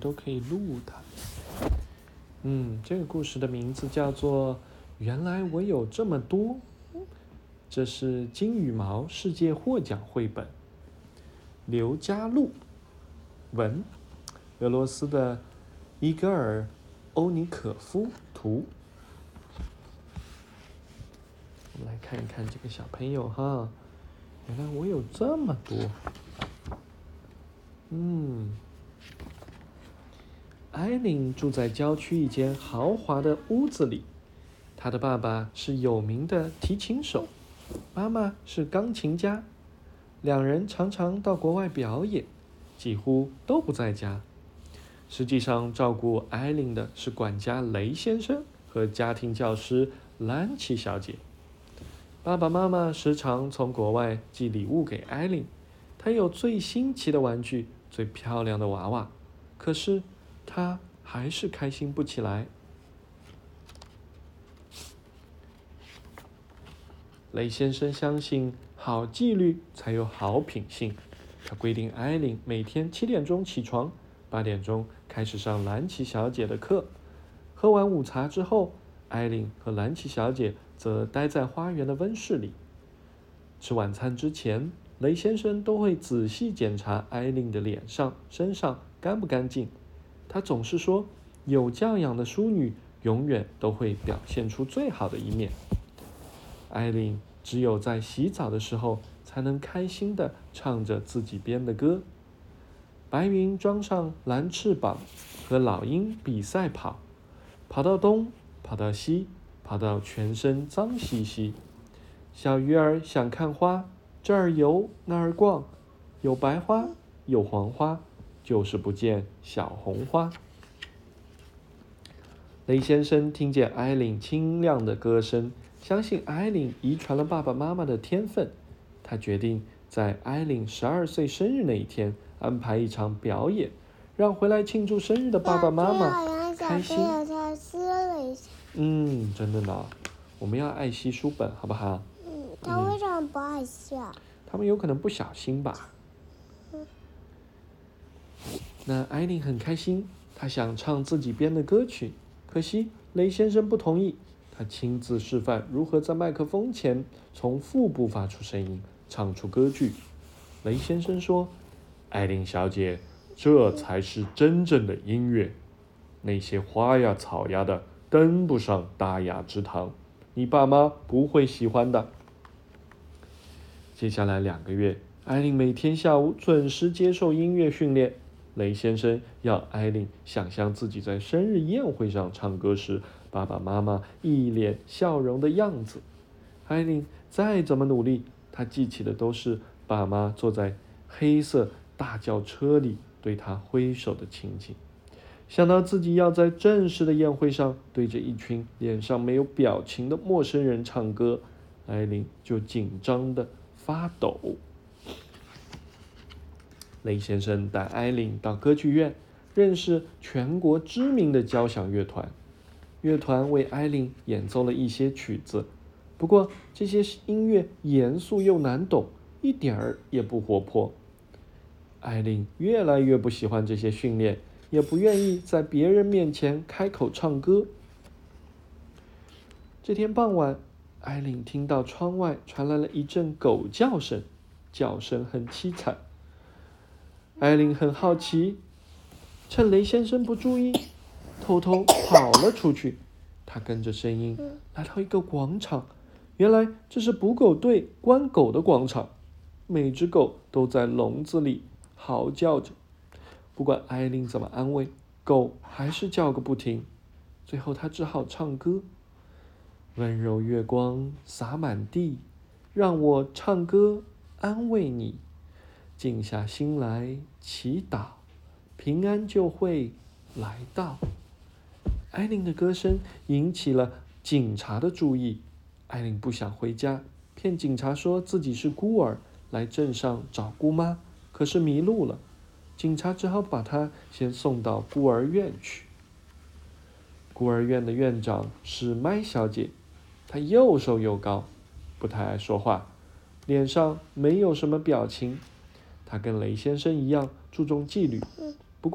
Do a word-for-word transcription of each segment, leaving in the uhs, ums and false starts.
都可以录的。嗯，这个故事的名字叫做《原来我有这么多》，这是金羽毛世界获奖绘本，刘嘉璐文，俄罗斯的伊戈尔·欧尼可夫图。我们来看一看这个小朋友哈，原来我有这么多。嗯，艾琳住在郊区一间豪华的屋子里，她的爸爸是有名的提琴手，妈妈是钢琴家，两人常常到国外表演，几乎都不在家。实际上，照顾艾琳的是管家雷先生和家庭教师兰奇小姐。爸爸妈妈时常从国外寄礼物给艾琳，她有最新奇的玩具，最漂亮的娃娃，可是她还是开心不起来。雷先生相信好纪律才有好品性，他规定艾琳每天七点钟起床，八点钟开始上兰奇小姐的课。喝完午茶之后，艾琳和兰奇小姐则待在花园的温室里。吃晚餐之前，雷先生都会仔细检查艾琳的脸上、身上干不干净。他总是说，有教养的淑女永远都会表现出最好的一面。艾琳只有在洗澡的时候，才能开心地唱着自己编的歌。白云装上蓝翅膀，和老鹰比赛跑，跑到东，跑到西，跑到全身脏兮兮。小鱼儿想看花，这儿游那儿逛，有白花，有黄花，就是不见小红花。雷先生听见艾琳清亮的歌声，相信艾琳遗传了爸爸妈妈的天分。他决定在艾琳十二岁生日那一天安排一场表演，让回来庆祝生日的爸爸妈妈开心。嗯，真的呢。我们要爱惜书本，好不好？ 嗯，他为什么不爱惜啊？ 他们有可能不小心吧。 嗯。 那艾琳很开心，她想唱自己编的歌曲，可惜雷先生不同意。他亲自示范如何在麦克风前从腹部发出声音，唱出歌剧。雷先生说：“艾琳小姐，这才是真正的音乐。那些花呀草呀的登不上大雅之堂，你爸妈不会喜欢的。”接下来两个月，艾琳每天下午准时接受音乐训练。雷先生要艾琳想象自己在生日宴会上唱歌时，爸爸妈妈一脸笑容的样子。艾琳再怎么努力，她记起的都是爸妈坐在黑色大轿车里对她挥手的情景。想到自己要在正式的宴会上对着一群脸上没有表情的陌生人唱歌，艾琳就紧张的发抖。雷先生带艾琳到歌剧院，认识全国知名的交响乐团。乐团为艾琳演奏了一些曲子，不过这些音乐严肃又难懂，一点儿也不活泼。艾琳越来越不喜欢这些训练，也不愿意在别人面前开口唱歌。这天傍晚，艾琳听到窗外传来了一阵狗叫声，叫声很凄惨。艾琳很好奇，趁雷先生不注意，偷偷跑了出去。她跟着声音来到一个广场，原来这是捕狗队关狗的广场，每只狗都在笼子里嚎叫着。不管艾琳怎么安慰，狗还是叫个不停。最后她只好唱歌：温柔月光洒满地，让我唱歌安慰你，静下心来祈祷，平安就会来到。艾琳的歌声引起了警察的注意。艾琳不想回家，骗警察说自己是孤儿，来镇上找姑妈，可是迷路了。警察只好把她先送到孤儿院去。孤儿院的院长是麦小姐，她又瘦又高，不太爱说话，脸上没有什么表情。她跟雷先生一样注重纪律，不过这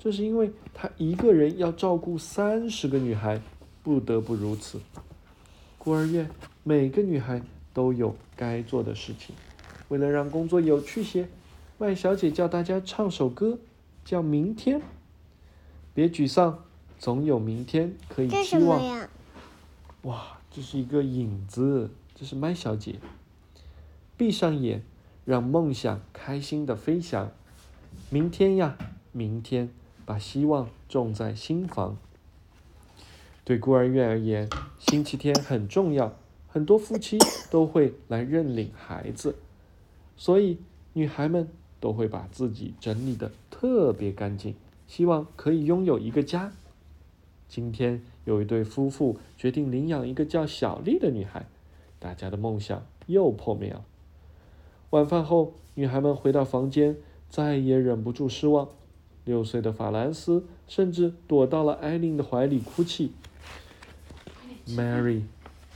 这是因为他一个人要照顾三十个女孩，不得不如此。孤儿院每个女孩都有该做的事情。为了让工作有趣些，麦小姐叫大家唱首歌，叫《明天》。别沮丧，总有明天可以期望。 这什么呀？ 哇，这是一个影子，这是麦小姐。闭上眼，让梦想开心地飞翔。明天呀，明天，把希望种在心房。对孤儿院而言，星期天很重要，很多夫妻都会来认领孩子，所以女孩们都会把自己整理得特别干净，希望可以拥有一个家。今天有一对夫妇决定领养一个叫小丽的女孩，大家的梦想又破灭了。晚饭后，女孩们回到房间，再也忍不住失望。六岁的法兰斯甚至躲到了艾琳的怀里哭泣。Mary，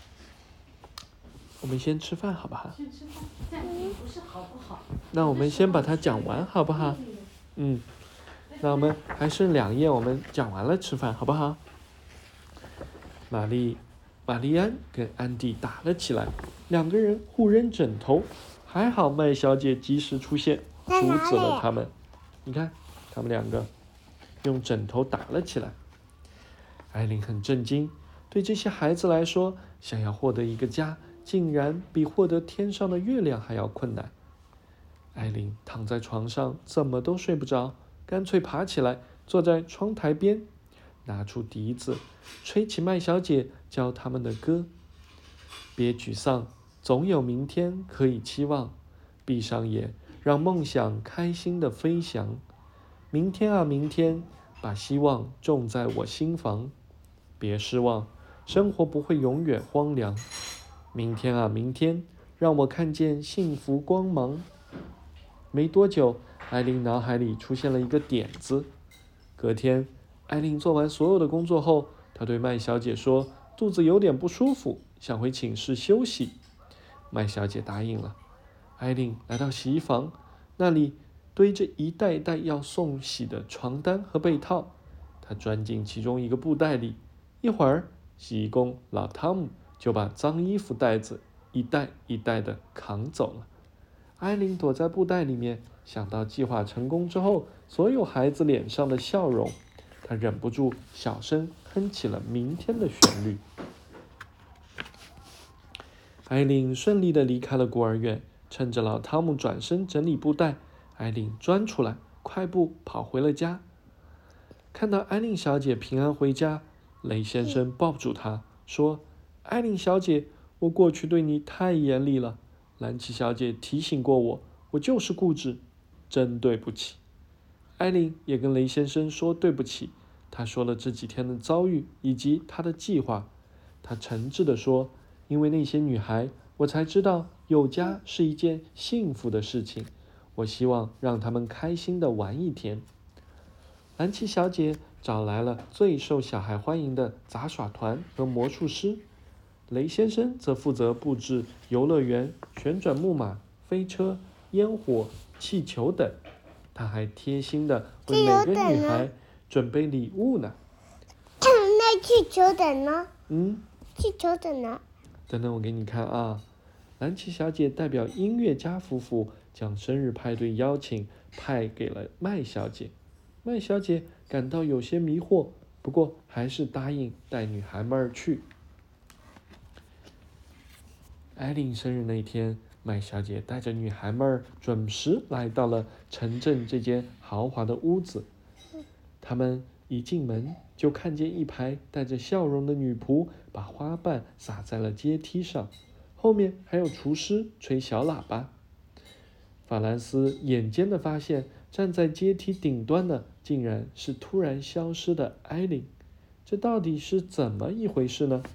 我们先吃饭好不好？ 先吃饭，暂停不是好不好？ 那我们先把它讲完好不好？嗯，那我们还剩两页，我们讲完了吃饭好不好？玛丽、玛丽安跟安迪打了起来，两个人互扔枕头，还好麦小姐及时出现，阻止了他们。你看，他们两个用枕头打了起来。艾琳很震惊，对这些孩子来说，想要获得一个家，竟然比获得天上的月亮还要困难。艾琳躺在床上，怎么都睡不着，干脆爬起来，坐在窗台边，拿出笛子，吹起麦小姐教他们的歌。别沮丧，总有明天可以期望。闭上眼，让梦想开心地飞翔。明天啊，明天，把希望种在我心房。别失望，生活不会永远荒凉。明天啊，明天，让我看见幸福光芒。没多久，艾琳脑海里出现了一个点子。隔天，艾琳做完所有的工作后，她对麦小姐说：“肚子有点不舒服，想回寝室休息。”麦小姐答应了。艾琳来到洗衣房，那里堆着一袋袋要送洗的床单和被套。她钻进其中一个布袋里，一会儿，洗衣工老汤姆就把脏衣服袋子一袋一袋地扛走了。艾琳躲在布袋里面，想到计划成功之后，所有孩子脸上的笑容，她忍不住小声哼起了明天的旋律。艾琳顺利地离开了孤儿院，趁着老汤姆转身整理布袋，艾琳钻出来，快步跑回了家。看到艾琳小姐平安回家，雷先生抱住她说：“艾琳小姐，我过去对你太严厉了。兰奇小姐提醒过我，我就是固执，真对不起。”艾琳也跟雷先生说对不起，她说了这几天的遭遇以及她的计划。她诚挚地说：“因为那些女孩，我才知道有家是一件幸福的事情。我希望让她们开心地玩一天。”兰奇小姐找来了最受小孩欢迎的杂耍团和魔术师，雷先生则负责布置游乐园、旋转木马、飞车、烟火、气球等。他还贴心地为每个女孩准备礼物呢。 那气球的呢？ 嗯， 气球的呢？ 等等，我给你看啊。兰奇小姐代表音乐家夫妇将生日派对邀请派给了麦小姐。麦小姐感到有些迷惑，不过还是答应带女孩们儿去。艾琳生日那天，麦小姐带着女孩们儿准时来到了城镇这间豪华的屋子。他们一进门就看见一排带着笑容的女仆把花瓣撒在了阶梯上，后面还有厨师吹小喇叭。法兰斯眼尖地发现，站在阶梯顶端的竟然是突然消失的艾琳，这到底是怎么一回事呢？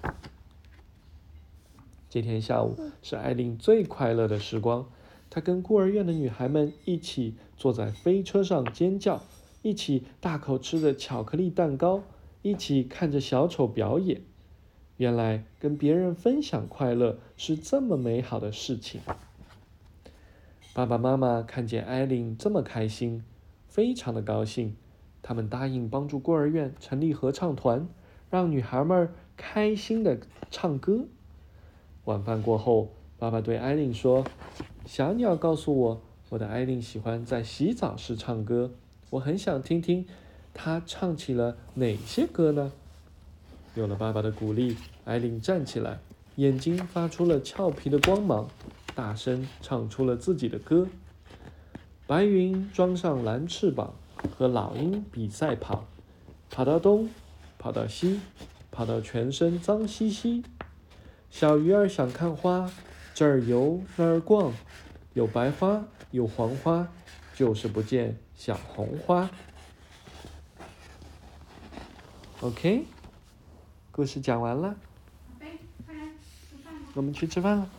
这天下午是艾琳最快乐的时光，她跟孤儿院的女孩们一起坐在飞车上尖叫，一起大口吃着巧克力蛋糕，一起看着小丑表演。原来跟别人分享快乐是这么美好的事情。爸爸妈妈看见艾琳这么开心，非常的高兴， 他们答应帮助孤儿院成立合唱团，让女孩们开心地唱歌。晚饭过后，爸爸对艾琳说：“小鸟告诉我，我的艾琳喜欢在洗澡时唱歌，我很想听听她唱起了哪些歌呢？”有了爸爸的鼓励，艾琳站起来，眼睛发出了俏皮的光芒，大声唱出了自己的歌。白云装上蓝翅膀，和老鹰比赛跑，跑到东，跑到西，跑到全身脏兮兮。小鱼儿想看花，这儿游那儿逛，有白花有黄花，就是不见小红花。OK， 故事讲完了， 宝贝，快来吃饭了。 我们去吃饭了。